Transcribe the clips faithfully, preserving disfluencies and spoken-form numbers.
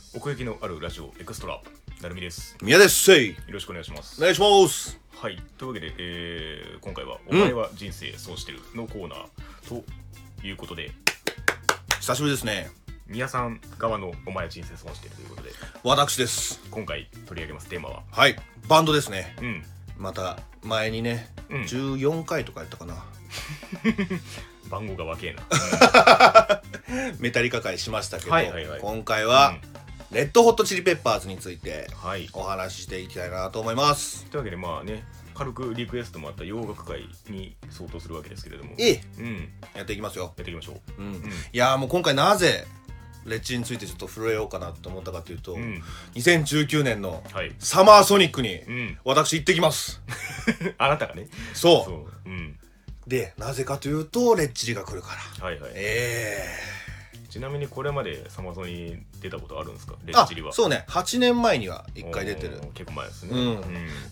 奥行きのあるラジオエクストラなるみです。 宮ですせい。 よろしくお願いします。 お願いします。 はい、というわけで、えー、今回はお前は人生そうしてるのコーナーということで、 久しぶりですね。 宮さん側のお前は人生損してるということで、 私です。 今回取り上げますテーマは、 はい、バンドですね。 うん、 また前にね、うん、じゅうよんかいとかやったかな。 番号がわけえな。 メタリカ会しましたけど、 はいはいはい、 今回は、うん、レッドホットチリペッパーズについてお話ししていきたいなと思います。 というわけでまあね、軽くリクエストもあった洋楽会に相当するわけですけれども、 ええ、 うん、 やっていきますよ。 やっていきましょう。 うんうん、いやーもう今回なぜレッチについてちょっと触れようかなと思ったかというと、うん、にせんじゅうきゅうねんのサマーソニックに私行ってきます、 うん、あなたがね。 そうそう、うん、 でなぜかというとレッチリが来るから。 はいはい、 えーちなみにこれまでサマソニに出たことあるんですか、レッチリは。 そうね、はちねんまえにはいっかい出てる。 結構前ですね、 うんうん、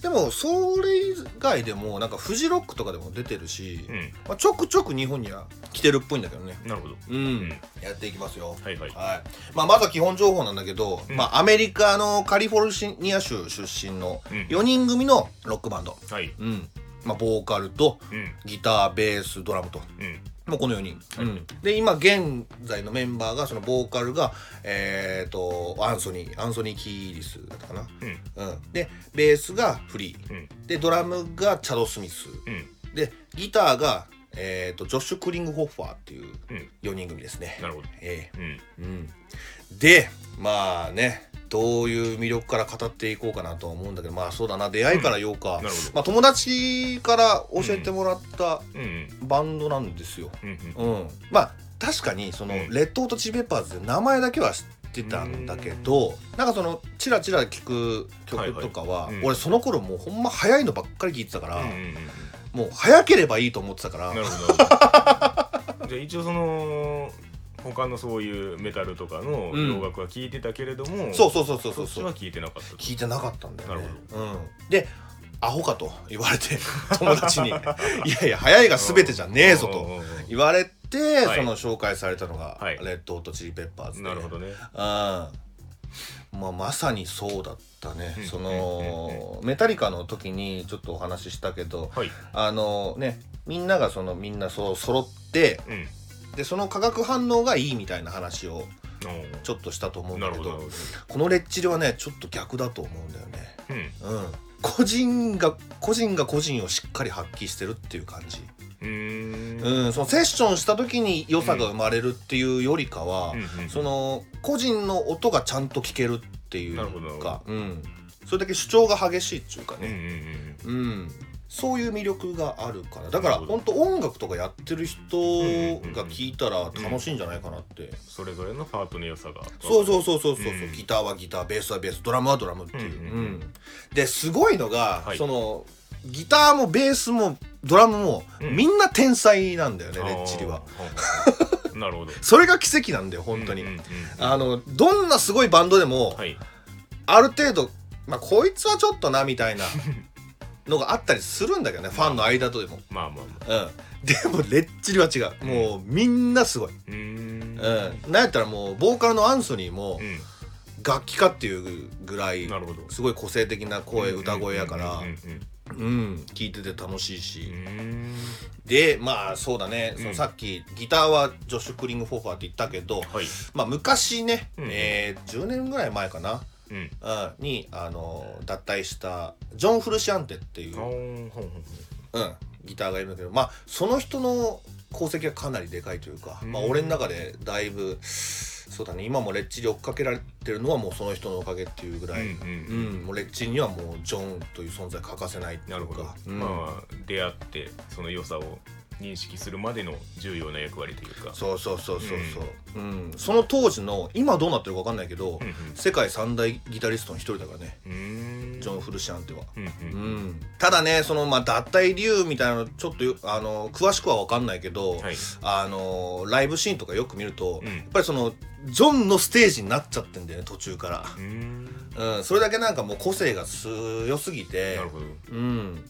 でもそれ以外でもなんかフジロックとかでも出てるし、うん、まあ、ちょくちょく日本には来てるっぽいんだけどね。 なるほど、 うん、うん、やっていきますよ。 はいはい、 はい、まあ、まずは基本情報なんだけど、うん、まあ、アメリカのカリフォルニア州出身のよにん組のロックバンド、はい、うん、まあ、ボーカルとギター、ベース、ドラムと、うん、もうこのよにん、はい、うん、で今現在のメンバーが、そのボーカルがえっ、ー、とアンソニーアンソニー・キーリスだったかな、うんうん、でベースがフリー、うん、でドラムがチャド・スミス、うん、でギターがえー、とジョッシュ・クリングホッファーっていうよにん組ですね、うん、 なるほど、 えーうんうん、でまあね、どういう魅力から語っていこうかなとは思うんだけど、まあそうだな、出会いから言おうか、うん、まあ、友達から教えてもらったバンドなんですよ、うんうんうん、まあ確かにその、うん、レッドホットチリペッパーズで名前だけは知ってたんだけど、なんかそのチラチラ聴く曲とかは、はいはい、俺その頃もうほんま早いのばっかり聴いてたから、うんうんうん、もう早ければいいと思ってたから。なるほどじゃあ一応その他のそういうメタルとかの洋楽は聴いてたけれども、うん、 そうそうそうそうそう、 そっちは聴いてなかった聴いてなかったんだよね。 なるほど、 うん、でアホかと言われて友達にいやいや早いが全てじゃねえぞと言われて、その紹介されたのが、はい、レッドホットチリペッパーズで。 なるほどね。 あ、まあ、まさにそうだったね。そのメタリカの時にちょっとお話ししたけど、はい、あのね、みんながそのみんなそう揃って、うん、でその化学反応がいいみたいな話をちょっとしたと思うんだけど、どこのレッチリはねちょっと逆だと思うんだよね。うん、うん、個人が個人が個人をしっかり発揮してるっていう感じ。うーん、うん、そのセッションした時に良さが生まれるっていうよりかは、うん、その個人の音がちゃんと聞けるっていうか、うん、それだけ主張が激しいっていうかね、うん、うんうん、そういう魅力があるから、だから本当音楽とかやってる人が聞いたら楽しいんじゃないかなって、うんうんうん、 それぞれのパートの良さが、 そうそうそうそうそう、うん、ギターはギター、ベースはベース、ドラムはドラムっていう、うんうんうん、ですごいのが、はい、そのギターもベースもドラムも、うん、みんな天才なんだよね、レッチリは。 なるほど。 それが奇跡なんだよ本当に、うんうんうんうん、あのどんなすごいバンドでも、はい、ある程度、まあ、こいつはちょっとなみたいなのがあったりするんだけどね、ファンの間とでも。 まあまあまあ、 うん、でもレッチリは違う、もうみんなすごい。うーん、うん、なんやったらもうボーカルのアンソニーも、うん、楽器家っていうぐらいすごい個性的な声、歌声やからうん、聞いてて楽しいし、でまあそうだね、うん、そのさっきギターはジョッシュ・クリング・フォーファーって言ったけど、はい、まあ昔ね、うん、えー、じゅうねんぐらい前かな、うん、にあの脱退したジョン・フルシアンテっていう、うん、ギターがいるんだけど、まあその人の功績がかなりでかいというか、まあ俺の中でだいぶそうだね、今もレッチリ追っかけられてるのはもうその人のおかげっていうぐらい、うんうんうん、もうレッチリにはもうジョンという存在欠かせないっていうか。なるほど、うん、 まあ出会ってその良さを認識するまでの重要な役割というか。 そうそうそうそうそう、うんうん、その当時の今どうなってるか分かんないけど、うんうん、世界三大ギタリストの一人だからね、うーん、ジョン・フルシアンテは、うんうんうん、ただね、そのまあ脱退理由みたいなのちょっとあの詳しくは分かんないけど、はい、あのライブシーンとかよく見ると、うん、やっぱりそのジョンのステージになっちゃってんだよね途中から。うーん、うん、それだけなんかもう個性が強すぎて。なるほど、うん、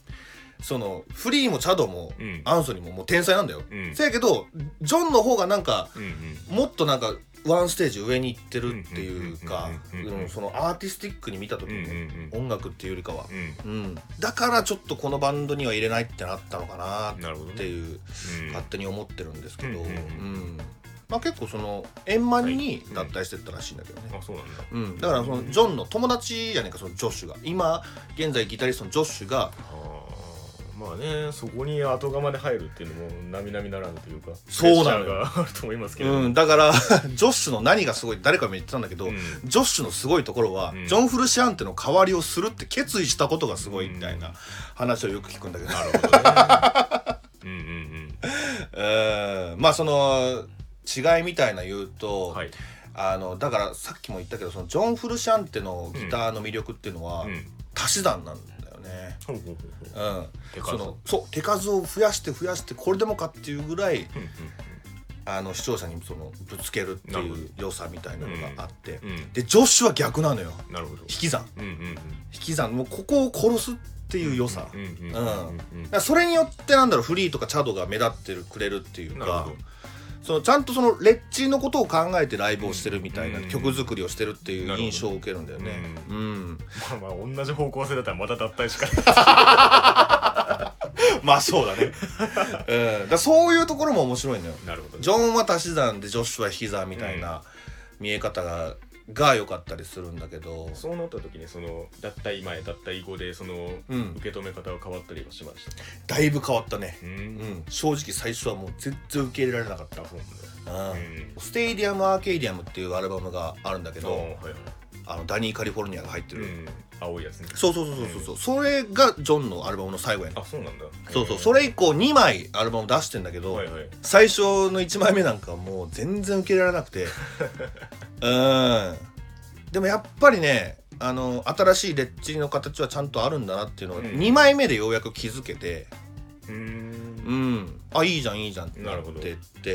そのフリーもチャドも、うん、アンソニーももう天才なんだよ、うん、せやけどジョンの方がなんか、うんうん、もっとなんかワンステージ上に行ってるっていうか、そのアーティスティックに見た時に、ね、音楽っていうよりかは、うんうん、だからちょっとこのバンドには入れないってなったのかなっていう、ね、うん、勝手に思ってるんですけど、うんうんうん、まあ、結構その円満に脱退してったらしいんだけどね、 はい、うん、あ、そうなんだ、 うん、だからそのジョンの友達じゃねえか、そのジョッシュが今現在ギタリストのジョッシュが、 まあね、そこに後釜で入るっていうのも並々ならぬというか、 そうなのがあると思いますけど、 うん、だからジョッシュの何がすごい、誰かも言ってたんだけど、うん、ジョッシュのすごいところは、うん、ジョン・フルシアンテの代わりをするって決意したことがすごいみたいな話をよく聞くんだけど、 なるほどねうんうんうん、 えー、まあその違いみたいな言うと、はい、あのだからさっきも言ったけど、そのジョン・フルシアンテのギターの魅力っていうのは、うん、足し算なんだよね、うん、手数、そのそう手数を増やして増やしてこれでもかっていうぐらい、うんうん、あの視聴者にそのぶつけるっていう良さみたいなのがあって、うんうん、でジョッシュは逆なのよ。 なるほど。 引き算、 うんうんうん、 引き算、もうここを殺すっていう良さ、それによってなんだろう、フリーとかチャドが目立ってくれるっていうか、そのちゃんとそのレッチのことを考えてライブをしてるみたいな、うん、曲作りをしてるっていう印象を受けるんだよね。うん、うん、 まあまあ同じ方向性だったらまた脱退しかまあそうだね、うん、だそういうところも面白いのよ。 なるほど、ね、 ジョンは足し算でジョッシュは引き算みたいな見え方が、が良かったりするんだけど、 そうなった時にその脱退前脱退後でその受け止め方は変わったりはしました、ね、 うん、だいぶ変わったね、うんうん、正直最初はもう全然受け入れられなかった。そうなんだ、うん、ステイディアムアーケイディアムっていうアルバムがあるんだけど、はいはい、あのダニー・カリフォルニアが入ってる、うん、 青いやつね。 そうそうそうそうそう、うん、それがジョンのアルバムの最後やね。 あ、そうなんだ。 そうそう、それ以降にまいアルバム出してんだけど、はいはい、最初のいちまいめなんかもう全然受け入れられなくてうんでもやっぱりね、あの新しいレッチリの形はちゃんとあるんだなっていうのが、うん、にまいめでようやく気づけて、うーん、うん、あ、いいじゃんいいじゃんってなってって、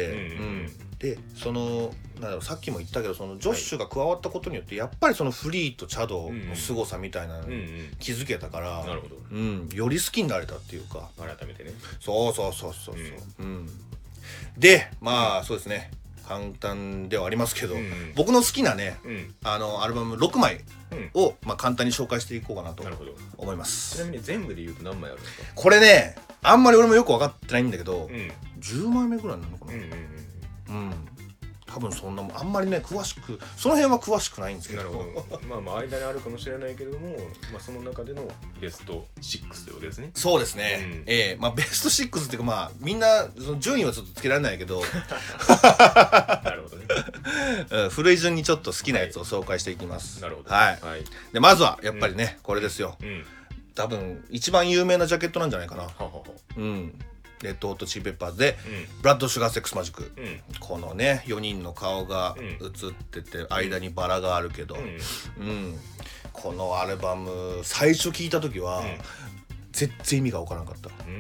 うんうん、でそのなんだろう、さっきも言ったけど、そのジョッシュが加わったことによってやっぱりそのフリーとチャドの凄さみたいなのに気づけたから、うんうん、なるほど、うん、より好きになれたっていうか、 改めてね。 そうそうそうそうそう、うんうん、でまあそうですね、簡単ではありますけど、うんうん、僕の好きなね、うん、あのアルバムろくまいを、うん、まあ、簡単に紹介していこうかなと思います。 ちなみに全部で言うと何枚あるんですか？ これね、あんまり俺もよく分かってないんだけど、うん、じゅうまいめぐらいなのかな、うんうんうんうん、多分そんなもん、あんまりね詳しくその辺は詳しくないんですけど、なるほどまあまあ間にあるかもしれないけれども、まあ、その中でのベストろくということですね。 そうですね、うん、えー、まあベストろくっていうか、まあみんなその順位はちょっとつけられないけどなるほどねうん、古い順にちょっと好きなやつを紹介していきます。 なるほど、 はい、はい、でまずはやっぱりね、うん、これですよ、うん、多分一番有名なジャケットなんじゃないかな、ははは、うん、レッドホットチリペッパーズで、うん、ブラッドシュガーセックスマジック、うん、このねよにんの顔が映ってて、うん、間にバラがあるけど、うんうん、このアルバム最初聞いた時は、うん、全然意味が分からなかった。うん、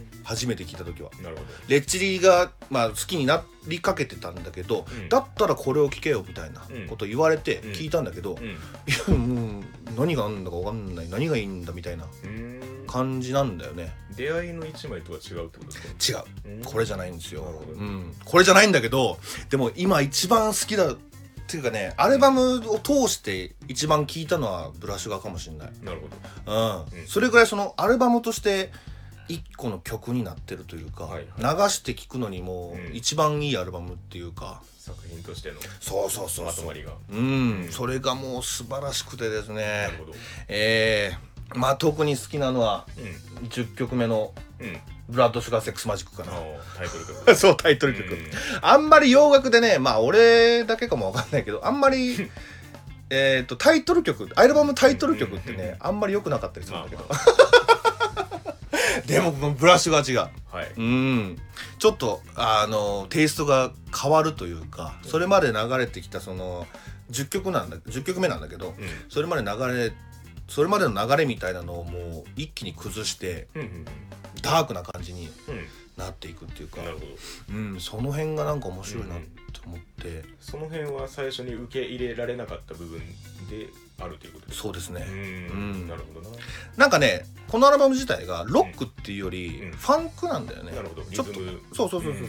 初めて聞いた時は。なるほど。レッチリが、まあ、好きになりかけてたんだけど、うん、だったらこれを聞けよみたいなこと言われて聞いたんだけど、うんうん、いやもう何があるんだか分かんない、何がいいんだみたいな感じなんだよね。 出会いの一枚とは違うってことですか？違う、これじゃないんですよ、うん、これじゃないんだけど、でも今一番好きだっていうかね、アルバムを通して一番聴いたのはブラッシュガーかもしれない。 なるほど、 うんうん、それぐらいそのアルバムとして一個の曲になってるというか、はいはい、流して聴くのにも一番いいアルバムっていうか、 うん、作品としてのそうそうそうまとまりが、 うんうん、それがもう素晴らしくてですね。なるほど。えー、まあ特に好きなのは、うん、じゅっきょくめの、うんブラッドシュガーセックスマジックかな。 タイトル曲そうタイトル曲、うん、あんまり洋楽でね、まあ俺だけかもわかんないけど、あんまりえっとタイトル曲、アルバムタイトル曲ってね、あんまり良くなかったりするんだけど、まあまあ、でもブラッシュが違う、はい、うんちょっとあのテイストが変わるというか、それまで流れてきたそのじゅっきょくなんだじゅっきょくめなんだけど、うん、それまで流れそれまでの流れみたいなのをもう一気に崩して、うんうん、ダークな感じになっていくっていうか、うん、うん、その辺がなんか面白いなって思って、うんうん、 その辺は最初に受け入れられなかった部分であるということですか？ そうですね、うん、 うん、なるほどな。 なんかねこのアルバム自体がロックっていうよりファンクなんだよね、 うん、なるほど。 ちょっとそうそうそうそうそう、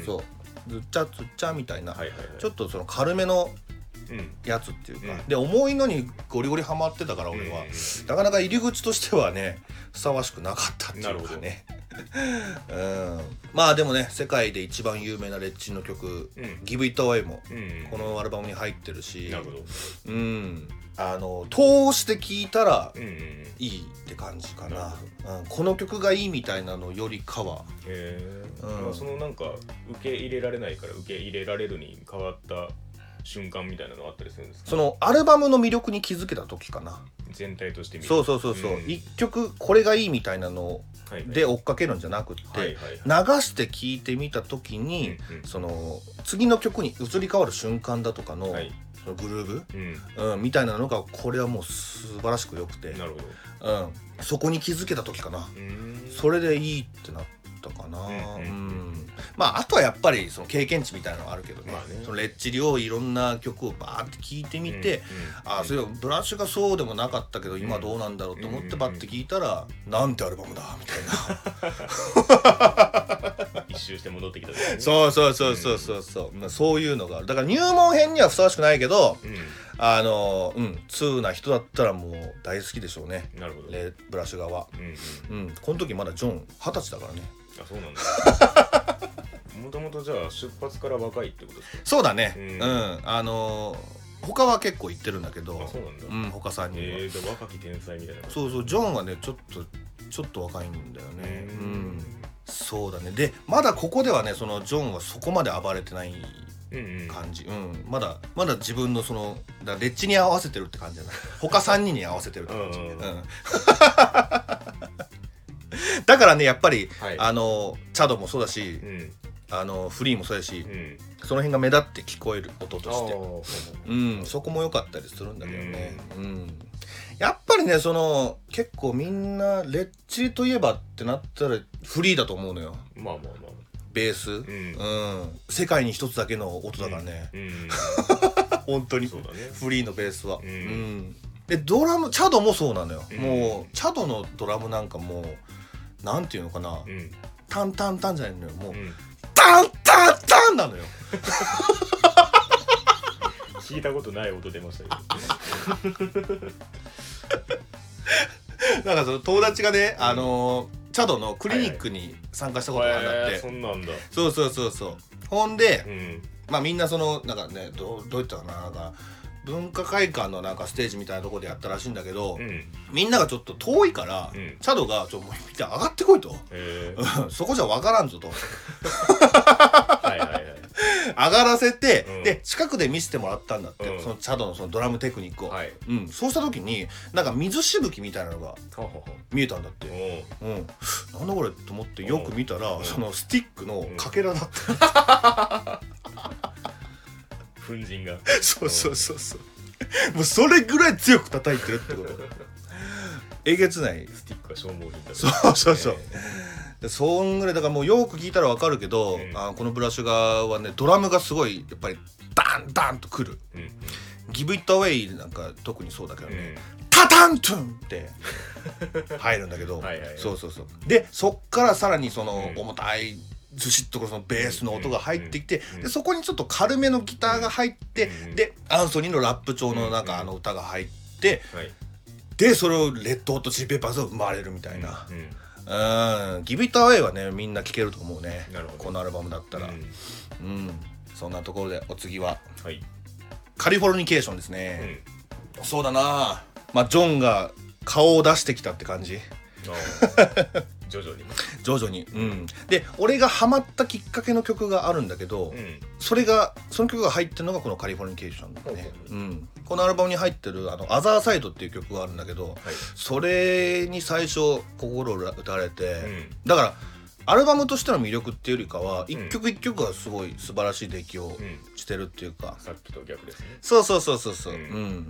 ずっちゃずっちゃみたいな、 はいはいはい、 ちょっとその軽めのやつっていうか、うん、で重いのにゴリゴリハマってたから俺は、うん、なかなか入り口としてはねふさわしくなかったっていうかねうん、まあでもね世界で一番有名なレッチリの曲、うん、Give It Away もこのアルバムに入ってるし、 なるほど、 うん、あの通して聴いたらいいって感じかな、うん、この曲がいいみたいなのよりかはへえ、うん、まあ、そのなんか受け入れられないから受け入れられるに変わった瞬間みたいなのあったりするんですか？ そのアルバムの魅力に気づけた時かな、 全体として見る。 そうそうそうそう、うん、一曲これがいいみたいなので追っかけるんじゃなくって、はいはい、流して聴いてみた時に、うんうん、その次の曲に移り変わる瞬間だとかの、はい、そのグルーブ、うんうん、みたいなのがこれはもう素晴らしく良くて、 なるほど、 うん、そこに気づけた時かな、それでいいってなったかな、うんうんうん、まああとはやっぱりその経験値みたいなのがあるけどね、まあね、そのレッチリをいろんな曲をバーって聴いてみて、うんうん、あそういうブラッシュがそうでもなかったけど今どうなんだろうと思ってバッて聴いたら、うん、なんてアルバムだみたいな一周して戻ってきた、ね、 そうそうそうそうそうそう、うん、そういうのがある。だから入門編にはふさわしくないけど、うん、あのうん通な人だったらもう大好きでしょうね。 なるほど、 レブラッシュ側は、うんうんうん、この時まだジョンはたちだからね。 あ、そうなんだもともとじゃあ出発から若いってことですか？ そうだね、うん、うん、あのー、他は結構言ってるんだけど、 あ、そうなんだ、 うん、他さんには、 えー、じゃあ若き天才みたいな。 そうそう、ジョンはねちょっとちょっと若いんだよね、うん、そうだね。でまだここではねそのジョンはそこまで暴れてない感じ、うん、うん、まだまだ自分のそのだレッチに合わせてるって感じじゃない他さんにんに合わせてるって感じ、うん、うん、だからねやっぱり、はい、あのチャドもそうだし、うん、あのフリーもそうだし、うん、その辺が目立って聞こえる音として、うん、そこも良かったりするんだけどね、うんうん、やっぱりねその結構みんなレッチリといえばってなったらフリーだと思うのよ。 まあまあまあベース、うんうん、世界に一つだけの音だからね、うんうん、本当にそうだね、フリーのベースは、うんうん、でドラムチャドもそうなのよ、うん、もうチャドのドラムなんかもうなんていうのかな、うん、タンタンタンじゃないのよ、もう、うん、タンタンタンなのよ聞いたことない音出ましたけどなんかその友達がね、うん、あのーチャドのクリニックに参加したことがあって、はいはい、 そんなんだ。 そうそうそうそう。ほんで、うん、まあみんなそのなんかねどうどういったかな、なんか文化会館のなんかステージみたいなところでやったらしいんだけど、うん、みんながちょっと遠いから、うん、チャドがちょっともう見て上がってこいと、そこじゃわからんぞとはいはいはい、上がらせて、うん、で近くで見せてもらったんだって、うん、そのチャドのそのドラムテクニックを、はい、うん、そうした時になんか水しぶきみたいなのが見えたんだって、うん、なんだこれと思ってよく見たら、うん、そのスティックのかけらだった、 粉塵がそうそうそうそうもうそれぐらい強く叩いてるってことえげつない。 スティックが消耗品だ、ね、 そうそうそう、でそんぐらいだからもうよく聞いたら分かるけど、うん、あこのブラッシュ側はねドラムがすごいやっぱりダンダンとくる、うん、Give It Away なんか特にそうだけどね、うん、タタントゥンって入るんだけどはいはい、はい、そうそうそう。でそっからさらにその重たいずしっとこのベースの音が入ってきて、でそこにちょっと軽めのギターが入って、でアンソニーのラップ調のなんかあの歌が入って、でそれをレッドホットチリペッパーズが生まれるみたいな、うん、Give It Away はねみんな聴けると思うね、このアルバムだったら、うん、うん、そんなところでお次は、はい、カリフォルニケーションですね、うん、そうだな、まあジョンが顔を出してきたって感じ徐々に徐々に、うん、で俺がハマったきっかけの曲があるんだけど、うん、それがその曲が入ってるのがこのカリフォルニケーションだね、うん、このアルバムに入ってるあのアザーサイドっていう曲があるんだけど、はい、それに最初心を打たれて、うん、だからアルバムとしての魅力っていうよりかは一曲一曲がすごい素晴らしい出来をしてるっていうか、 うん、さっきと逆ですね。 そうそうそうそうそう、うん、うん、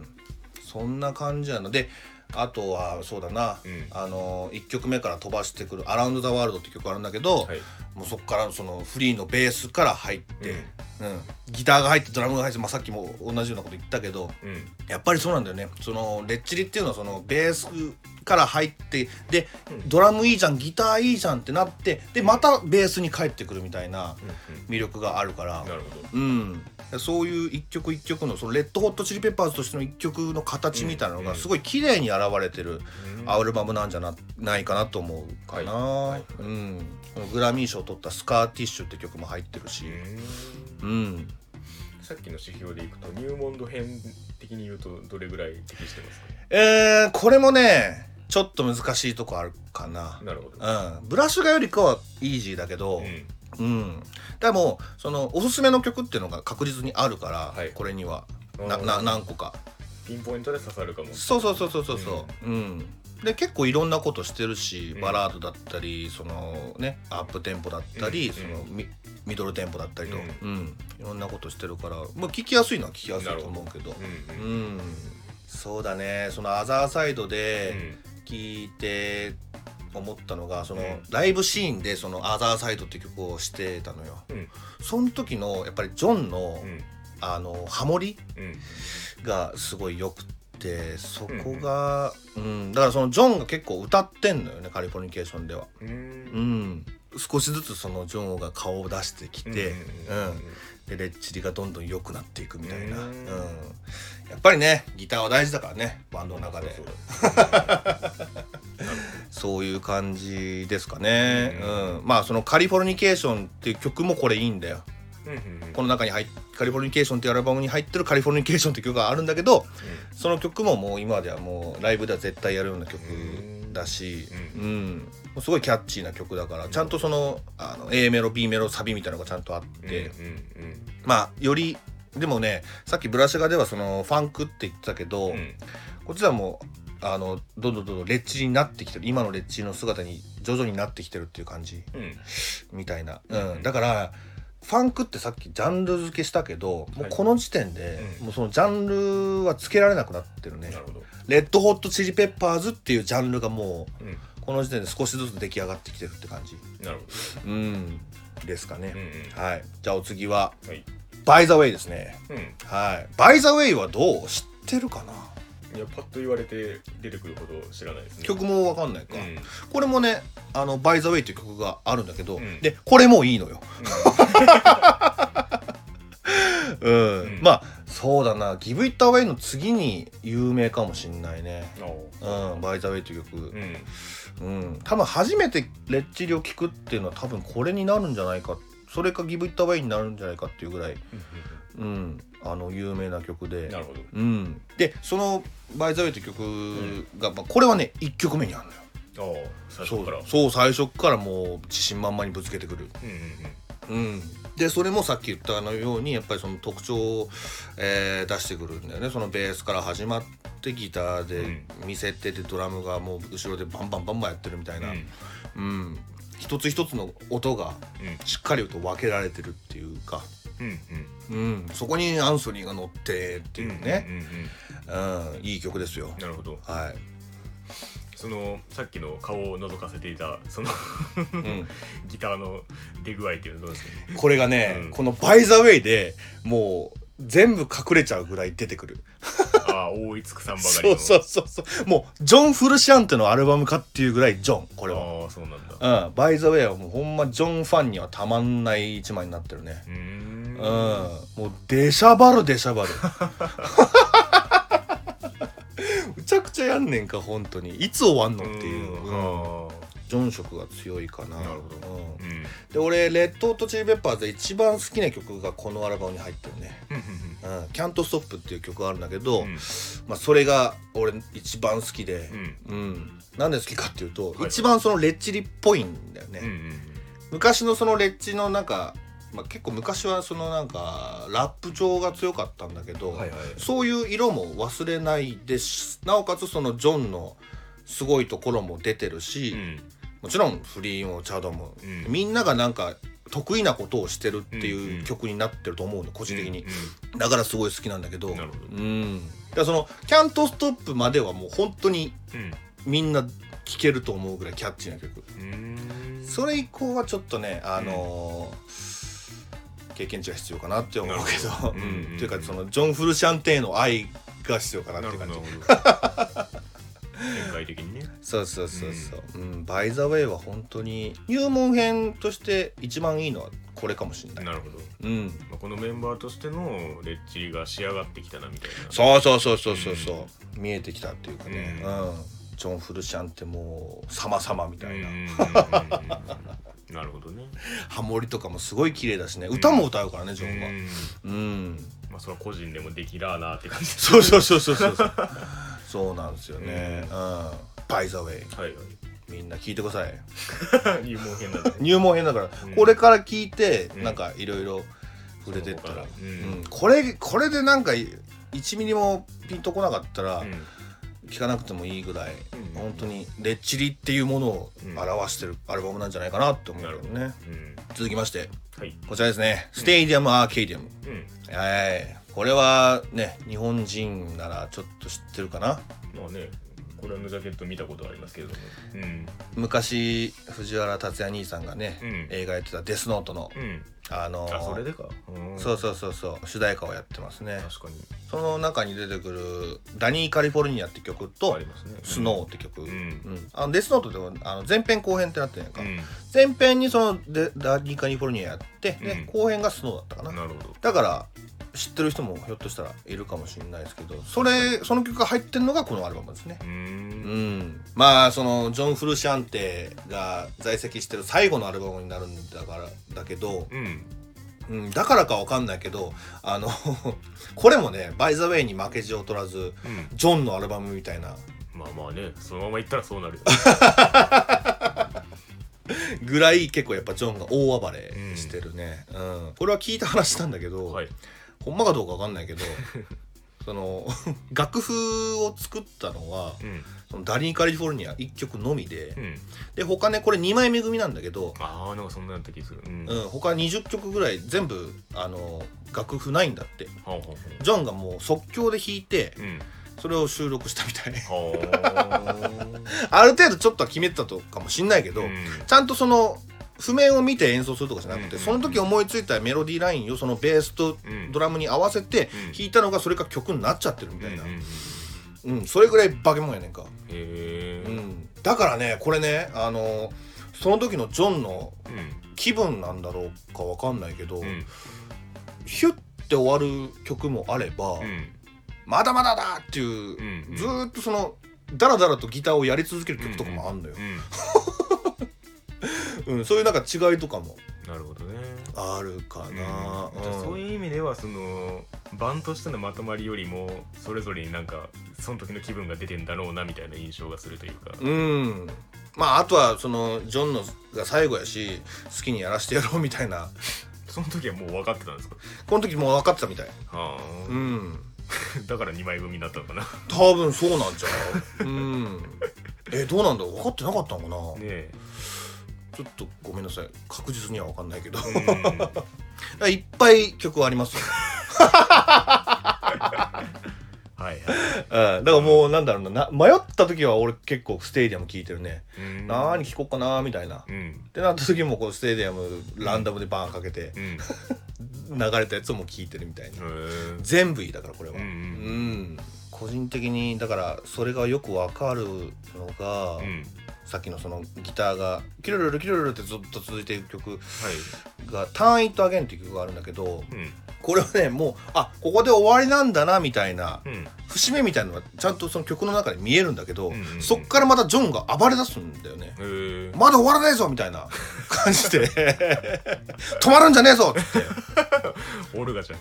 そんな感じなので、あとはそうだな、うん、あのいっきょくめから飛ばしてくる「アラウンド・ザ・ワールド」って曲あるんだけど、はい、もうそこからそのフリーのベースから入って、うんうん、ギターが入ってドラムが入って、まあ、さっきも同じようなこと言ったけど、うん、やっぱりそうなんだよね。そのレッチリっていうのはそのベースから入ってで、 うん、 ドラムいいじゃんギターいいじゃんってなってでまたベースに帰ってくるみたいな魅力があるから、 なるほど、 うん、そういう一曲一曲のそのレッドホットチリペッパーズとしての一曲の形みたいなのがすごい綺麗に現れてるアルバムなんじゃな、ないかなと思うかな、はいはい、うん、グラミー賞を取ったスカーティッシュって曲も入ってるし、うん、うん、 さっきの指標でいくとニューモンド編的に言うとどれぐらい適してますか？ えー、これもねちょっと難しいとこあるかな。 なるほど、 うん、ブラッシュがよりかはイージーだけど、うん、うん、でもそのおすすめの曲っていうのが確実にあるから、はい、これにはなな何個かピンポイントで刺さるかも。 そうそうそうそうそうそう、うん、うん、で結構いろんなことしてるし、バラードだったりそのねアップテンポだったり、うん、その ミ, ミドルテンポだったりと、うんうん、いろんなことしてるからもう聴きやすいのは聴きやすいと思うけど、うん、うん、そうだね。そのアザーサイドで聴いて思ったのがその、うん、ライブシーンでそのアザーサイドっていう曲をしてたのよ、うん、その時のやっぱりジョンの、うん、あのハモリ、うん、がすごいよくてそこが、うんうん、だからそのジョンが結構歌ってんのよねカリフォルニケーションでは、うん、うん、少しずつそのジョンが顔を出してきて、うんうんうん、でレッチリがどんどん良くなっていくみたいな、うん、やっぱりねギターは大事だからねバンドの中で、そうそうそういう感じですかね、うんうん、まあそのカリフォルニケーションっていう曲もこれいいんだよ、うんうんうん、この中に入っカリフォルニケーションっていうアルバムに入ってるカリフォルニケーションっていう曲があるんだけど、うん、その曲ももう今ではもうライブでは絶対やるような曲だし、うんうんうん、すごいキャッチーな曲だからちゃんとその、あの A メロ B メロサビみたいなのがちゃんとあって、うんうんうん、まあよりでもねさっきブラシガではそのファンクって言ってたけど、うん、こっちはもうあのどんどんどんどんレッチリになってきてる今のレッチリの姿に徐々になってきてるっていう感じ、うん、みたいな、うんうん、だからファンクってさっきジャンル付けしたけど、もうこの時点で、はい、もうそのジャンルは付けられなくなってるね。なるほど。レッドホットチリペッパーズっていうジャンルがもう、うん、この時点で少しずつ出来上がってきてるって感じ。なるほど。うん、ですかね。うんうん、はい。じゃあお次は、はい、バイザウェイですね。うん、はい。バイザウェイはどう知ってるかな？ いやパッと言われて出てくるほど知らないですね。 曲もわかんないか、うん、これもねあのバイザウェイっていう曲があるんだけど、うん、でこれもいいのよ、うんうん、まあそうだなギブイットアウェイの次に有名かもしんないね、うん、バイザウェイっていう曲、うんうん、多分初めてレッチリを聴くっていうのは多分これになるんじゃないか、それかギブイットアウェイになるんじゃないかっていうぐらい、うん、あの有名な曲で、なるほど、うん、でそのバイザウェイという曲が、うんまあ、これはねいっきょくめにあるのよ。あ最初からそう、そう最初からもう自信満々にぶつけてくる、うんうんうんうん、でそれもさっき言ったようにやっぱりその特徴を、えー、出してくるんだよね。そのベースから始まってギターで見せててドラムがもう後ろでバンバンバンバンやってるみたいな、うんうん、一つ一つの音がしっかりと分けられてるっていうか、うんうんうん、そこにアンソニーが乗ってっていうね、うんうんうんうん、いい曲ですよ。 なるほど、 はい、 そのさっきの顔を覗かせていたその、うん、ギターの出具合っていうのはどうですかね。 これがね、うん、このバイザウェイでもう全部隠れちゃうぐらい出てくるああ覆いつくさんばかりのそうそうそうそう、もうジョン・フルシアンテのアルバムかっていうぐらいジョン、これは。 ああそうなんだ、 うん、バイザウェイはもうほんまジョンファンにはたまんない一枚になってるね。うーん、うん、もうデシャバルデシャバルむちゃくちゃやんねんか本当に、いつ終わんのっていう、うん、ジョン色が強いかな。なるほど、うんうん、で俺レッドホットチリペッパーズで一番好きな曲がこのアルバムに入ってるねうん、キャントストップっていう曲があるんだけど、うん、まあ、それが俺一番好きで、うんうん、なんで好きかっていうと、はい、一番そのレッチリっぽいんだよね、うんうん、昔のそのレッチのなんか、まあ、結構昔はそのなんかラップ調が強かったんだけど、はいはい、そういう色も忘れないですなおかつそのジョンのすごいところも出てるし、うん、もちろんフリーもチャドも、うん、みんながなんか得意なことをしてるっていう曲になってると思うの個人的に、うんうん、だからすごい好きなんだけど、なるほど、うん、だからそのキャントストップまではもう本当にみんな聴けると思うぐらいキャッチーな曲、うん、それ以降はちょっとねあのーうん、経験値が必要かなって思うけど、うんうんうん、っていうかそのジョン・フルシャンテへの愛が必要かなっていう感じ展開的にねそうそうそうそう、うんうん、バイザウェイは本当に入門編として一番いいのはこれかもしれない。 なるほど、 うんまあ、このメンバーとしてのレッチリが仕上がってきたなみたいな。 そうそうそうそうそうそう、うん、見えてきたっていうかね、 うん、 うん、ジョン・フルシャンってもう様々みたいな、うんうんうんうん、 なるほどね。 ハモリとかもすごい綺麗だしね、歌も歌うからね、うん、ジョンは。うん、うん、 まあそれは個人でもできらーなって感じ。 そうそうそうそうそうそうなんですよね。うん、バイザウェイ、はいはい、みんな聞いてください。 入門編だから入門編だから、うん、これから聞いて、うん、なんかいろいろ触れてったら、うんうん、これこれでなんかいちミリもピンとこなかったら、うん、聞かなくてもいいぐらい、うん、本当にレッチリっていうものを表してるアルバムなんじゃないかなって思うけどね、うん、続きまして、はい、こちらですね、ステイディアムアーケイディアム、うん、はい、これはね日本人ならちょっと知ってるかな。 まあね、これのジャケット見たことありますけれども、うん、 昔藤原竜也兄さんがね、うん、映画やってたデスノートの、うん、あのー、 あそれでか、 うん、そうそうそうそう主題歌をやってますね。 確かにその中に出てくるダニー・カリフォルニアって曲と、ね、スノーって曲、うんうん、あのデスノートではあの前編後編ってなってるやんか、うん、前編にそのでダニー・カリフォルニアやって、うんね、後編がスノーだったかな。 なるほど。 だから知ってる人もひょっとしたらいるかもしれないですけど、それその曲が入ってるのがこのアルバムですね。うーん、うん、まあそのジョン・フルシャンテが在籍してる最後のアルバムになるんだからだけど、うんうん、だからかわかんないけどあのこれもねバイザウェイに負けじを取らず、うん、ジョンのアルバムみたいな。 まあまあね、そのままいったらそうなるよぐらい結構やっぱジョンが大暴れしてるね、うんうん、これは聞いた話なんだけど、はい、ほんまかどうかわかんないけどその楽譜を作ったのは、うん、そのダニー・カリフォルニアいっきょくのみで、うん、で他ねこれにまいめ組なんだけど、 ああなんかそんなやった気する、うんうん、他にじゅっきょくぐらい全部あの楽譜ないんだって、はあはあ、ジョンがもう即興で弾いて、うん、それを収録したみたいある程度ちょっとは決めてたとかもしんないけど、うん、ちゃんとその譜面を見て演奏するとかじゃなくて、うんうんうん、その時思いついたメロディーラインをそのベースとドラムに合わせて弾いたのがそれが曲になっちゃってるみたいな、うんうんうん、それぐらい化け物やねんか。へー、うん、だからねこれねあのその時のジョンの気分なんだろうかわかんないけど、うん、ヒュッて終わる曲もあれば、うん、まだまだだっていう、うんうん、ずーっとそのダラダラとギターをやり続ける曲とかもあんのよ、うんうんうん、そういうなんか違いとかもなるほどねあるかな、うん、 じゃあそういう意味ではそのバンとしてのまとまりよりもそれぞれになんかその時の気分が出てんだろうなみたいな印象がするというか、 うん、まああとはそのジョンのが最後やし好きにやらせてやろうみたいなその時はもう分かってたんですか？ この時もう分かってたみたい。はあ、うん、 だからにまい組になったのかな。 多分そうなんちゃう。うんえどうなんだろう分かってなかったのかな。ねえちょっとごめんなさい確実には分かんないけどいっぱい曲ありますよはいはい、うん、だからもうなんだろう な, な迷った時は俺結構ステイディアム聴いてるね。何聴こうかなみたいな、うん、ってなった時もこうステイディアムランダムでバーンかけて、うん、流れたやつも聴いてるみたいな。全部いいだからこれは、うんうん、個人的にだからそれがよく分かるのが、うん、さっきのそのギターがキュルルルキュルルルってずっと続いている曲が、はい、ターンイットアゲンっていう曲があるんだけど、うん、これはねもうあここで終わりなんだなみたいな、うん、節目みたいなのがちゃんとその曲の中で見えるんだけど、うんうんうん、そっからまたジョンが暴れ出すんだよね。まだ終わらないぞみたいな感じで止まるんじゃねえぞってオルガちゃん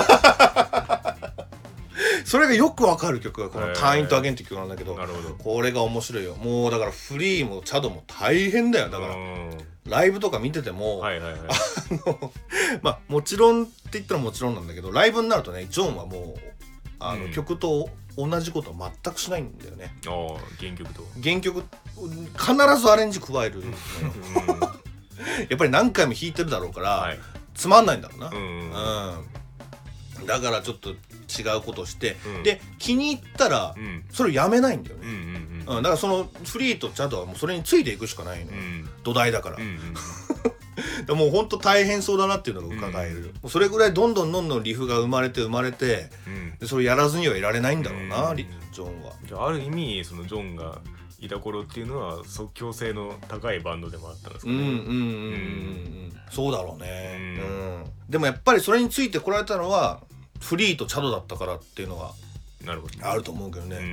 それがよくわかる曲がこのターンイントアゲンっていう曲なんだけど、なるほどこれが面白いよ。もうだからフリーもチャドも大変だよ。だからライブとか見てても、はいはいはい、あのまあもちろんって言ったらもちろんなんだけどライブになるとねジョンはもうあの、うん、曲と同じことは全くしないんだよね。 ああ原曲と原曲必ずアレンジ加える、うん、やっぱり何回も弾いてるだろうから、はい、つまんないんだろうな、うんうんうん、だからちょっと違うことをして、うん、で気に入ったら、うん、それをやめないんだよね、うんうんうんうん、だからそのフリーとチャドはもうそれについていくしかないの、うん、土台だから、うんうん、もうほんと大変そうだなっていうのが伺える、うん、もうそれぐらいどんどんどんどんリフが生まれて生まれて、うん、でそれやらずにはいられないんだろうな、うん、ジョンは。 じゃあある意味そのジョンがいた頃っていうのは即興性の高いバンドでもあったんですかね。 うんうんうんうん、うん、そうだろうね、うん、でもやっぱりそれについてこられたのはフリーとチャドだったからっていうのはなるほどあると思うけどね、うんうん、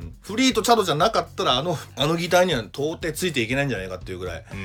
フリーとチャドじゃなかったらあのあのギターには到底ついていけないんじゃないかっていうぐらい、 うんうん、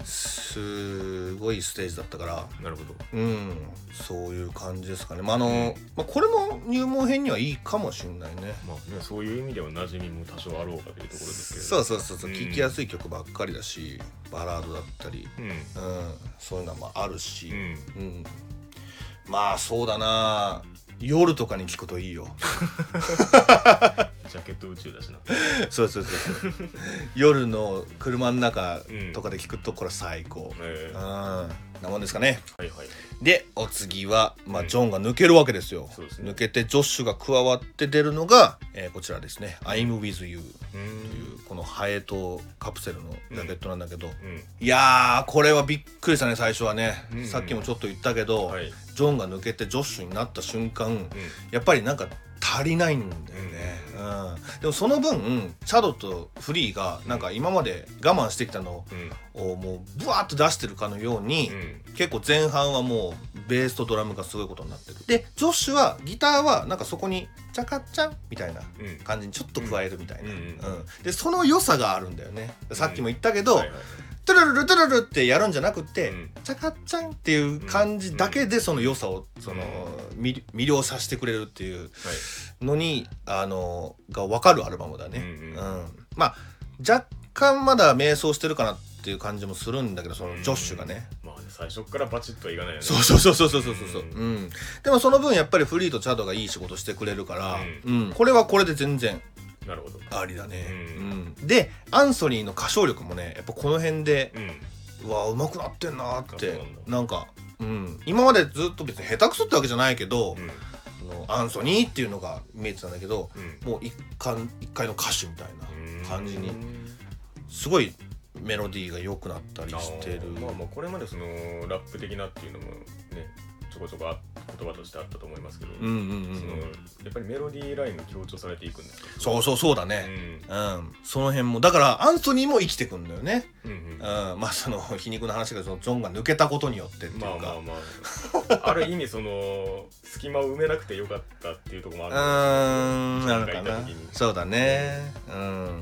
すごいステージだったから。 なるほど、 うん、そういう感じですかね。まああの、うん、まあ、これも入門編にはいいかもしれないね。 まあね、そういう意味では馴染みも多少あろうかというところですけど、 そうそうそうそう、聴、うん、きやすい曲ばっかりだし、バラードだったり、 うん、うん、 そういうのもあるし、 うんうん、まあそうだな、夜とかに聞くといいよ。 ジャケット宇宙だしな。 そうそうそうそう夜の車の中とかで聞くとこれ最高、うん、えー、うん、なもんですかね。 はいはい。 でお次は、まあ、ジョンが抜けるわけですよ、うんですね、抜けてジョッシュが加わって出るのが、えー、こちらですね、うん、I'm with you というこのハエとカプセルのジャケットなんだけど、うんうん、いやーこれはびっくりしたね最初はね、うんうん、さっきもちょっと言ったけど、はい、ジョンが抜けてジョッシュになった瞬間、うん、やっぱりなんか足りないんだよね、うんうん、でもその分チャドとフリーがなんか今まで我慢してきたのをもうブワーッと出してるかのように、うん、結構前半はもうベースとドラムがすごいことになってる。でジョッシュはギターはなんかそこにチャカッチャンみたいな感じにちょっと加えるみたいな、うんうん、でその良さがあるんだよね。さっきも言ったけど、うん、はいはい、トゥルルルトゥルルってやるんじゃなくて、うん、チャカッチャンっていう感じだけでその良さをその魅了させてくれるっていうのに、はい、あのが分かるアルバムだね、うんうんうん、まあ若干まだ迷走してるかなっていう感じもするんだけど、そのジョッシュがね、 うん、まあ最初からバチッとはいかないよね。 そうそうそうそうそうそうそう、うんうん、でもその分やっぱりフリーとチャドがいい仕事してくれるから、うんうん、これはこれで全然なるほどありだね、うんうん、でアンソニーの歌唱力もねやっぱこの辺で、うん、うわ上手くなってんなって、なんか、うん、今までずっと別に下手くそってわけじゃないけど、うん、のアンソニーっていうのが見えてたんだけど、うん、もう一回一回の歌手みたいな感じにすごいメロディーが良くなったりしてる。 まあまあこれまでそのラップ的なっていうのもねちょこちょこ言葉としてあったと思いますけど、うんうんうん、そのやっぱりメロディーラインが強調されていくんですか。 そうそうそうだね、うんうん、その辺もだからアンソニーも生きてくんだよね、うんうんうん、まあその皮肉な話がそのジョンが抜けたことによってっていうか、まあまあまあある意味その隙間を埋めなくてよかったっていうところもあるんですけど、 うんなのかな。そうだね、うん、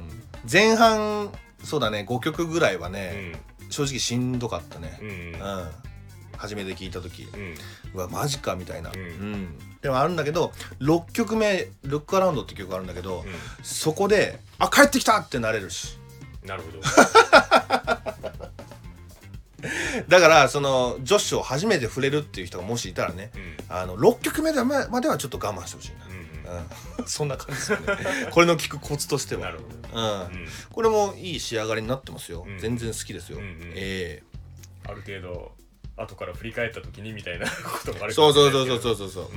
前半そうだねごきょくぐらいはね、うん、正直しんどかったね、うんうんうん、初めて聞いた時、うん、うわマジかみたいな、うんうん、でもあるんだけどろっきょくめ「ルックアラウンド」って曲があるんだけど、うん、そこであ帰ってきたってなれるし。 なるほどだからそのジョッシュを初めて触れるっていう人がもしいたらね、うん、あのろっきょくめまではちょっと我慢してほしいな、うんうん、そんな感じですよねこれの聞くコツとしては。なるほど、うんうん、これもいい仕上がりになってますよ、うん、全然好きですよ、うんうん、えー、ある程度後から振り返った時にみたいなこともあるかもしれないですけど。そうそうそうそうそうそう、うん、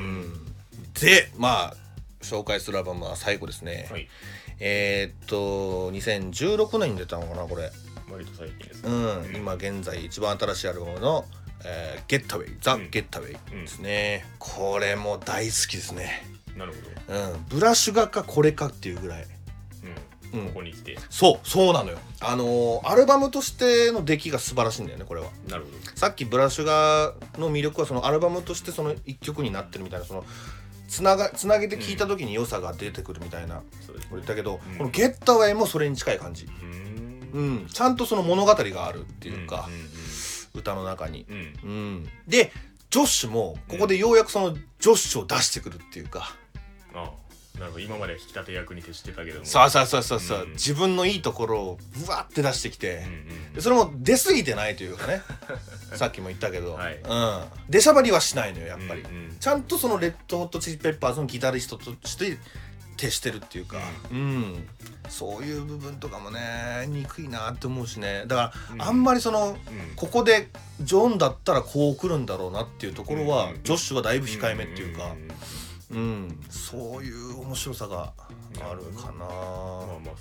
でまあ紹介するアルバムは最後ですね、はい、えー、っとにせんじゅうろくねんに出たのかなこれ。 割と最近ですね、 うん、今現在一番新しいアルバムの、えー、Getaway The Getaway ですね、うん、これも大好きですね。 なるほど、 うん、ブラシュガかこれかっていうぐらい、 うんうん、ここに来てそうそうなのよ。あのー、アルバムとしての出来が素晴らしいんだよねこれは。なるほど。さっきブラシュガの魅力はそのアルバムとしてその一曲になってるみたいな、そのつながつなげて聴いた時に良さが出てくるみたいな、うん、言ったけど、うん、この Getaway もそれに近い感じ、うん、ちゃんとその物語があるっていうか、うんうんうん、歌の中に、うんうん、でジョッシュもここでようやくそのジョッシュを出してくるっていうか、 うん、ああなるほど。今まで引き立て役に徹してたけども、 そうそうそうそうそう、うん、自分のいいところをブワッて出してきて、うんうん、でそれも出過ぎてないというかねさっきも言ったけど、はい、うん、出しゃばりはしないのよやっぱり、うんうん、ちゃんとそのレッドホットチリペッパーズのギタリストとして徹してるっていうか、うんうん、そういう部分とかもね憎いなって思うしね。だから、うん、あんまりその、うん、ここでジョンだったらこう来るんだろうなっていうところは、うん、ジョッシュはだいぶ控えめっていうか、うんうん、そういう面白さがあるかな、うん、 まあまあそ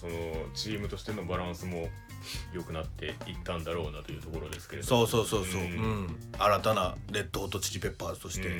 そのチームとしてのバランスも良くなっていったんだろうなというところですけれどそうそうそうそう、うんうん、新たなレッドホットチリペッパーズとして、うんうん、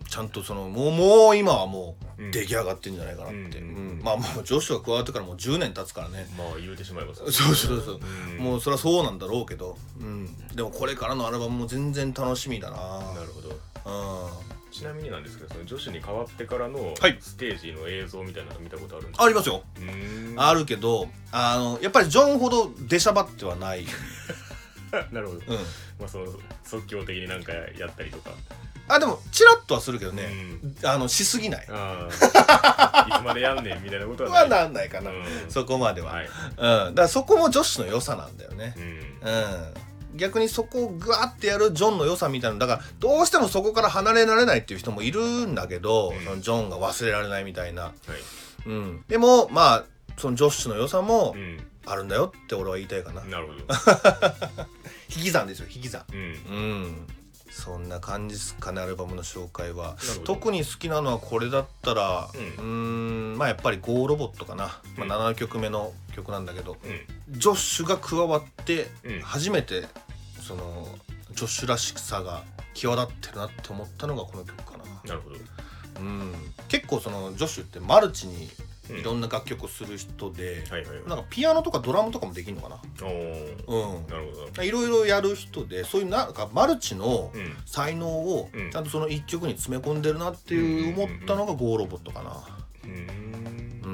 ちゃんとそのもう、もう今はもう出来上がってんじゃないかなって、うんうんうん、まあもうジョシュが加わってからもうじゅうねん経つからね、 まあ言うてしまいます、ね、 そうそうそう、うん、もうそりゃそうなんだろうけど、うん、でもこれからのアルバムも全然楽しみだな。なるほど、 うん、 ちなみになんですけど、その女子に変わってからのステージの映像みたいなの見たことあるんですか？ ありますよ。あるけど、あのやっぱりジョンほど出しゃばってはないなるほど、うん、まあその即興的になんかやったりとか、 あでもチラッとはするけどね、うん、あのしすぎない、 あいつまでやんねんみたいなことはない、 はなんないかな、うん、そこまでは、はい、うん、だからそこも女子の良さなんだよね、うん、うん逆にそこをグワッてやるジョンの良さみたいな、だからどうしてもそこから離れられないっていう人もいるんだけど、うん、そのジョンが忘れられないみたいな、はい、うん、でもまあそのジョッシュの良さもあるんだよって俺は言いたいかな、うん、なるほど引き算ですよ、引き算、うん、うん、そんな感じですかね、アルバムの紹介は。特に好きなのはこれだったら、うん、うーんまあやっぱりゴーロボットかな、うん、まあ、ななきょくめの曲なんだけど、うん、ジョッシュが加わって初めてそのジョッシュらしさが際立ってるなって思ったのがこの曲かな。なるほど、うん、結構そのジョッシュってマルチにいろんな楽曲をする人で、うんはいはいはい、なんかピアノとかドラムとかもできるのかな、お、うん、なるほど、いろいろやる人で、そういうなんかマルチの才能をちゃんとその一曲に詰め込んでるなっていう思ったのがゴーロボットかな、うん、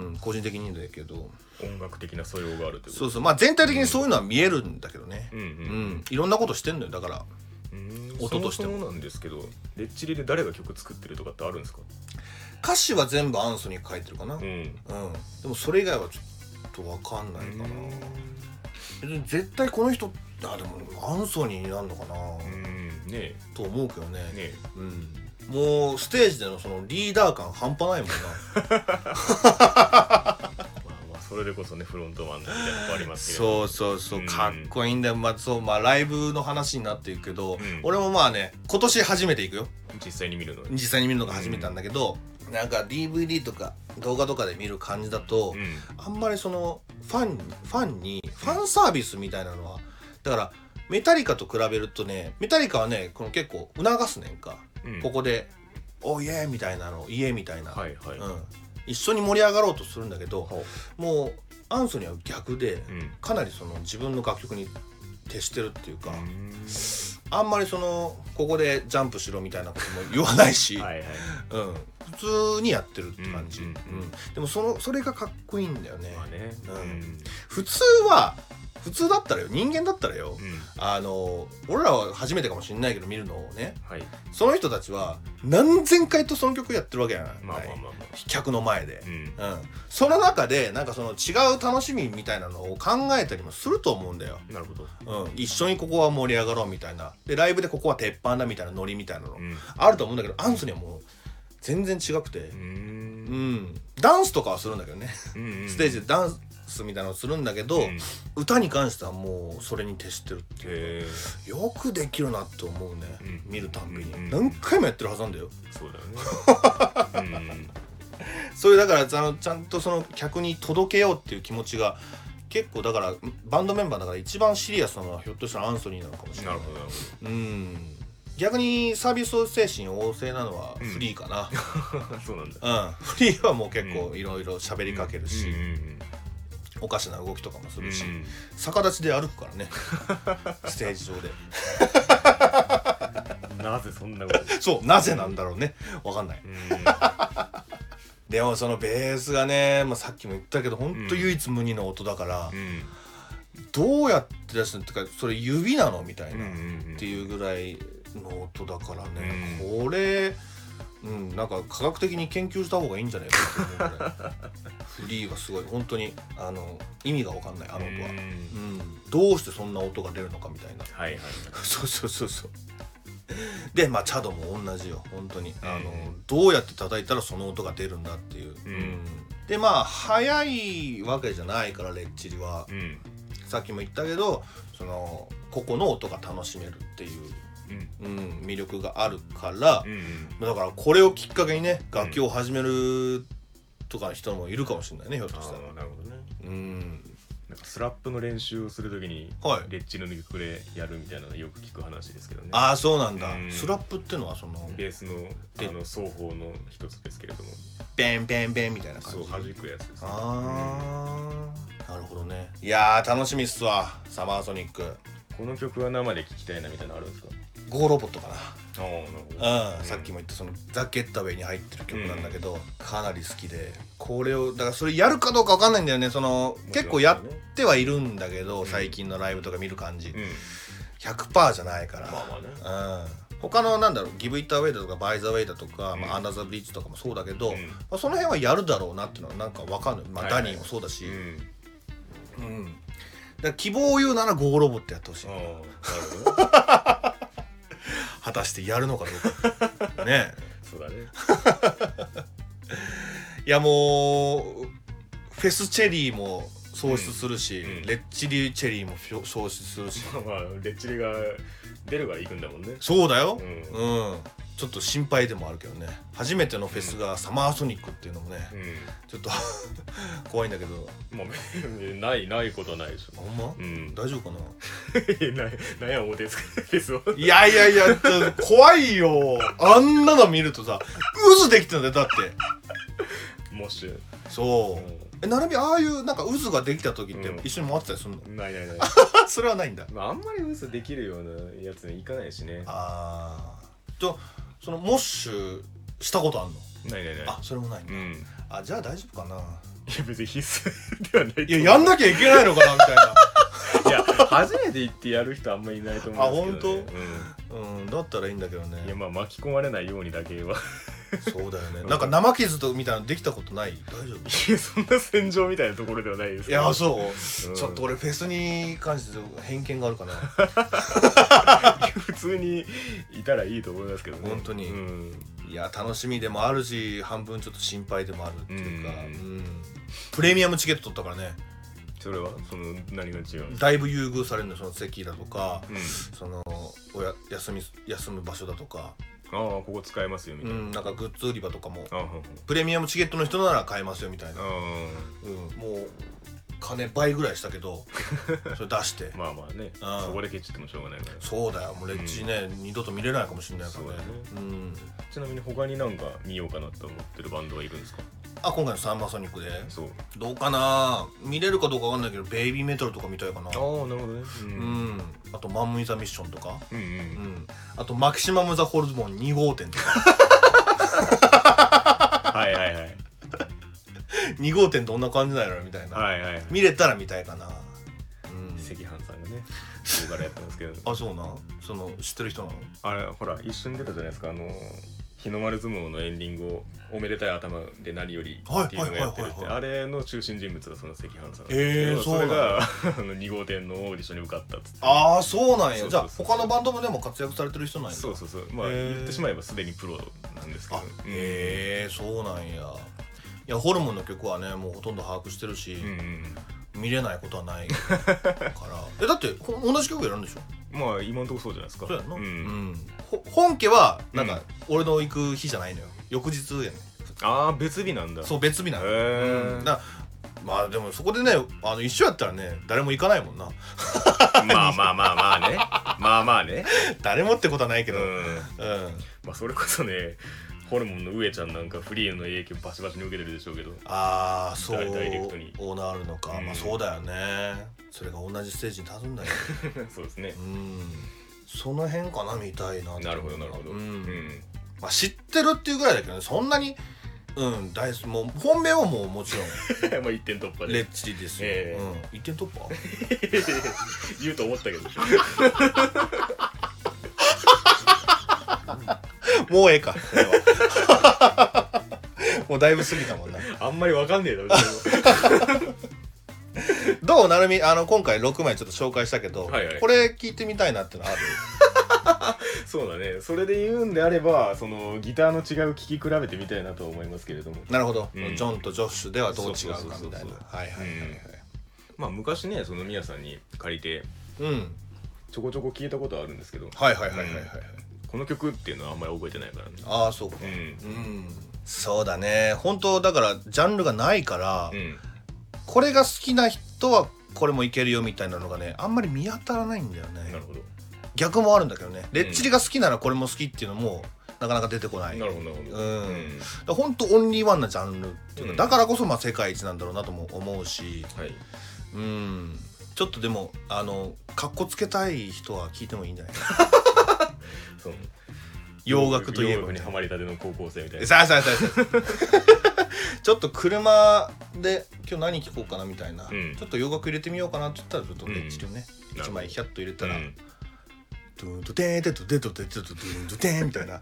うん、個人的にだけど音楽的な素養があるってこと。 そうそう、まあ全体的にそういうのは見えるんだけどね、うんうんうん、いろんなことしてんのよ、だから音としても。 そうなんですけど、レッチリで誰が曲作ってるとかってあるんですか？ 歌詞は全部アンソニーが書いてるかな、うん、うん、でもそれ以外はちょっと分かんないかな。絶対この人あでもアンソニーになるのかな、うんねと思うけどね、ね、うん、もうステージでのそのリーダー感半端ないもんなそれでこそねフロントマンみたいなとこありますけど、そうそうそう、かっこいいんだよ、まあそう、まあライブの話になっていくけど、うん、俺もまあね今年初めて行くよ、 実際に見るの実際に見るのが初めてなんだけど、うん、なんか ディーブイディー とか動画とかで見る感じだと、うん、あんまりそのファンファンにファンサービスみたいなのは、だからメタリカと比べるとね、メタリカはねこの結構促すねんか、うん、ここでおイエーみたいなの、イエーみたいな、はいはい、うん、一緒に盛り上がろうとするんだけど、もうアンソニーは逆で、うん、かなりその自分の楽曲に徹してるっていうか、あんまりそのここでジャンプしろみたいなことも言わないしはい、はい、うん、普通にやってるって感じ、うんうんうん、でもそのそれがかっこいいんだよね、まあね、うん、普通は普通だったらよ、人間だったらよ、うん、あの俺らは初めてかもしれないけど見るのをね、はい、その人たちは何千回とその曲やってるわけやない、まあまあまあまあ、客の前で、うんうん、その中でなんかその違う楽しみみたいなのを考えたりもすると思うんだよ。なるほど、うん、一緒にここは盛り上がろうみたいな、でライブでここは鉄板だみたいなノリみたいなの、うん、あると思うんだけど、アンソニーはもう全然違くて、うん、うん、ダンスとかはするんだけどね、うんうん、ステージでダンスみたいなのをするんだけど、うん、歌に関してはもうそれに徹してるっていう、よくできるなって思うね、うん、見るたんびに、うん、何回もやってるはずなんだよ。そうだよね、うん、そういうだからあのちゃんとその客に届けようっていう気持ちが結構、だからバンドメンバーだから一番シリアスなのはひょっとしたらアンソニーなのかもしれない。なるほどなるほど、うん、逆にサービス精神旺盛なのはフリーかな、うん、そうなんだ、うん、フリーはもう結構いろいろ喋りかけるし、うんうんうん、おかしな動きとかもするし、うん、逆立ちで歩くからねステージ上でなぜそんなことそうなぜなんだろうね、わかんない、うん、でもそのベースがね、まあ、さっきも言ったけどほんと唯一無二の音だから、うん、どうやって出すのってか、それ指なのみたいな、うんうんうん、っていうぐらいの音だからね、うん、これ、うん、なんか科学的に研究した方がいいんじゃないかと思うぐらいフリーはすごい本当にあの意味が分かんない、あの音は、うん、どうしてそんな音が出るのかみたいな、はいはい、そうそうそうそうで、まあチャドも同じよ本当に、あのどうやって叩いたらその音が出るんだっていう、うん、でまあ速いわけじゃないからレッチリは、うん、さっきも言ったけどその個々の音が楽しめるっていううんうん、魅力があるから、うんうん、だからこれをきっかけにね楽器を始めるとかの人もいるかもしれないね、ひょっとしたら。なるほどね。うんスラップの練習をするときに、 はい、 レッチリの曲でやるみたいなのよく聞く話ですけどね。 ああそうなんだ、 うん、 スラップっていうのはそのベースのあの奏法の一つですけれども、 ベンベンベンみたいな感じ、 そう弾くやつです、ね、 ああ、うん、なるほどね。いやー楽しみっすわサマーソニック。 この曲は生で聴きたいなみたいなのあるんですか？ ゴーロボットかな。 ああなるほど、 うん、さっきも言ったそのザ・ゲッタウェイに入ってる曲なんだけど、うん、かなり好きで、これをだからそれやるかどうか分かんないんだよね。その結構やってはいるんだけど、うん、最近のライブとか見る感じ、うん、ひゃくパーセント じゃないから、まあまあね、うん、他のなんだろうギブ・イット・アウェイだとかバイ・ザ・ウェイだとか、うんまあ、アンダー・ザ・ブリッジとかもそうだけど、うんまあ、その辺はやるだろうなっていうのはなんか分かんない、まあはいはい、ダニーもそうだし、うん、うん、だから希望を言うならゴーロボってやってほしい。果たしてやるのかどうかね。 そうだね。 いやもうフェスチェリーも創出するし、うんうん、レッチリチェリーも創出するし、 まあ、まあ、レッチリが出るから行くんだもんね。 そうだよ、うん、うん、ちょっと心配でもあるけどね。初めてのフェスがサマーソニックっていうのもね、うん、ちょっと怖いんだけど、 まあ、ないないことはないでしょ。 ほんま、うん、大丈夫かな。 な何や思ってんすかフェスを。 いやいやいや怖いよ。あんなの見るとさ渦できてるんだよだって。 もしそう、うん、えなるみああいうなんか渦ができた時って一緒に回ってたりするの？ ないないない。 それはないんだ。 まあ、あんまり渦できるようなやつに行かないしね。ああ。じゃあそのモッシュしたことあんの？ ないないない。 あそれもないんだ、うん、あじゃあ大丈夫かな。いや別に必須ではないと思う。 いややんなきゃいけないのかなみたいな。 いや初めて行ってやる人あんまりいないと思うんですけど、ね、 あ本当、うん、うん、だったらいいんだけどね。 いやまあ巻き込まれないようにだけは。 そうだよね。なんか生傷とみたいなのできたことない？大丈夫？ いやそんな戦場みたいなところではないですけど。 いやそう、うん、ちょっと俺フェスに関して偏見があるかな。 普通にいたらいいと思いますけどね。 本当に、うん、いや楽しみでもあるし半分ちょっと心配でもあるっていうか、うん、プレミアムチケット取ったからね。 それはその何が違う？ だいぶ優遇されるの。その席だとか、うん、そのおや休み休む場所だとか。 ああここ使えますよみたいな、うん、 なんかグッズ売り場とかもプレミアムチケットの人なら買えますよみたいな、うん、もう金倍ぐらいしたけどそれ出してまあまあね、うん、そこでケチってもしょうがないから。 そうだよもうレッチね、うん、二度と見れないかもしれないからね。 うん、ちなみに他になんか見ようかなと思ってるバンドはいるんですか？ あ今回のサンマソニックでそうどうかな見れるかどうかわかんないけどベイビーメタルとか見たいかな。ああなるほどね、うん、うん、あとマンム・イザ・ミッションとか、うんうんうん、あとマキシマム・ザ・ホルズボンに号店とか。 はいはいはい。 に号店どんな感じなんやろみたいな、はいはいはい、見れたら見たいかな。うん、 赤飯さんがね動画でやってますけどあそうなその知ってる人なの？ あれほら一緒に出たじゃないですかあの日の丸相撲のエンディングをおめでたい頭で何よりっていうのがやってるってあれの中心人物がその赤飯さんなんですけど、えー、それがあのに号店のオーディションに受かったっつって。 ああそうなんや。じゃあ他のバンドもでも活躍されてる人なんや。 そうそうそうまあ言ってしまえばすでにプロなんですけど。 へえー、そうなんや。いやホルモンの曲はねもうほとんど把握してるし、うんうん、見れないことはないからえだって同じ曲やるんでしょ？ まあ今のところそうじゃないですか。 そうやんな、うんうん、本家はなんか、うん、俺の行く日じゃないのよ翌日やね。 ああ別日なんだ。そう別日なんだ、うん、だまあでもそこでねあの一緒やったらね誰も行かないもんな。 まあまあまあまあねまあまあね誰もってことはないけど、うん、うん、 まあそれこそねホルモンの上ちゃんなんかフリーの影響バシバシに受けてるでしょうけど。 ああそうダイレクトにオーナーあるのか、うん、まあそうだよね。それが同じステージに立つんだよ。 そうですね。うんその辺かな見たいな。 なるほどなるほど、うんうん、 まあ知ってるっていうぐらいだけどねそんなにうん大好きもう本命はもうもちろんまあ一点突破でレッチリですよ、えーうん、一点突破言うと思ったけどもうええかこれはもうだいぶ過ぎたもんな。 あんまりわかんねえだろどうなるみあの今回ろくまいちょっと紹介したけど、はいはい、これ聞いてみたいなってのある？ そうだねそれで言うんであればそのギターの違いを聴き比べてみたいなと思いますけれども。 なるほど、うん、ジョンとジョッシュではどう違うかみたいな。はいはいはいはい、うん、 まあ昔ねそのミヤさんに借りて、うん、ちょこちょこ聞いたことあるんですけどはいはいはいはいはい、うん、 この曲っていうのはあんまり覚えてないからね。 ああそうか、うん、うん、そうだね本当だからジャンルがないから、うん、これが好きな人はこれもいけるよみたいなのがねあんまり見当たらないんだよね。 なるほど。 逆もあるんだけどね、レッチリが好きならこれも好きっていうのもなかなか出てこない。 なるほどなるほど。 うん、 うん、 だからほんとオンリーワンなジャンルっていうか、 うん、 だからこそまあ世界一なんだろうなとも思うし、 はい、 うん、ちょっとでもあのカッコつけたい人は聞いてもいいんじゃないかなそう洋楽といえば洋楽にハマりたての高校生みたいな。 さあさあさあさあちょっと車で今日何聴こうかなみたいな、うん、ちょっと洋楽入れてみようかなって言ったらちょっとレッチリをね、うん、いちまいヒャッと入れたら、うん、ドゥンドゥテーテトデトデトドゥンドゥテーみたいな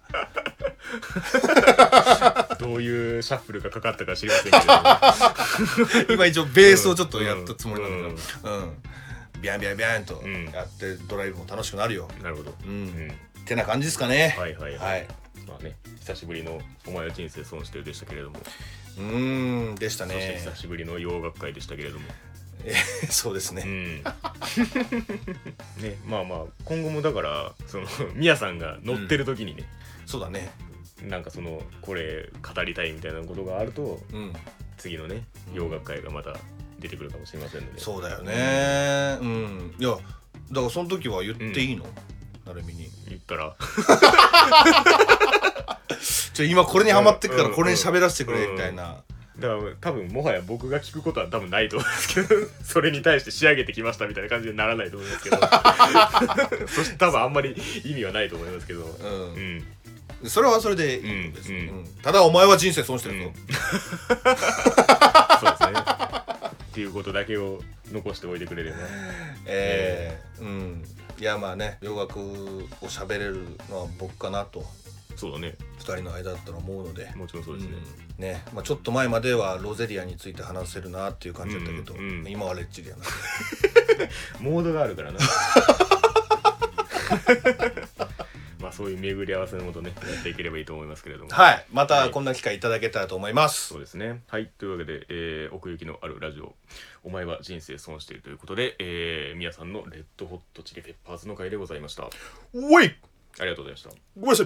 どういうシャッフルがかかったか知りませんけど今一応ベースをちょっとやったつもりなんだけど、うんうん、ビャンビャンビャンとやってドライブも楽しくなるよ。 なるほど、 うんうん、ってな感じですかね。 はいはいはい、はい、まあね、久しぶりのお前は人生損してるでしたけれども、 うーんでしたね。 そして久しぶりの洋楽会でしたけれども、 えー、そうですね、うん、 ね、まあまあ今後もだからそのミヤさんが乗ってる時にね、 うん、そうだね、 なんかそのこれ語りたいみたいなことがあると、うん、次のね洋楽会がまた出てくるかもしれませんので、 そうだよね、うん、うん、いやだからその時は言っていいの、うん、なるみに言ったらちょ今これにハマってくからこれに喋らせてくれみたいな、うんうんうん、だから多分もはや僕が聞くことは多分ないと思いますけどそれに対して仕上げてきましたみたいな感じにならないと思いますけどそして多分あんまり意味はないと思いますけど、うんうん、それはそれでいいんです、うんうん、ただお前は人生損してるぞ、うん、 そうですねっていうことだけを残しておいてくれれば、 えー、うん、いやまあね洋楽を喋れるのは僕かなと。 そうだね、 ふたりの間だったら思うので、 もちろんそうですね、 うん、ね、まあ、ちょっと前まではロゼリアについて話せるなっていう感じだったけど、うんうん、今はレッチリやなモードがあるからなまあそういう巡り合わせのもとねやっていければいいと思いますけれども、 はい、またこんな機会いただけたらと思います、 はい、そうですね。はい、というわけで、えー、奥行きのあるラジオお前は人生損しているということで、えー、みやさんのレッドホットチリペッパーズの回でございました。 おい、 ありがとうございました。 ごめんなさい。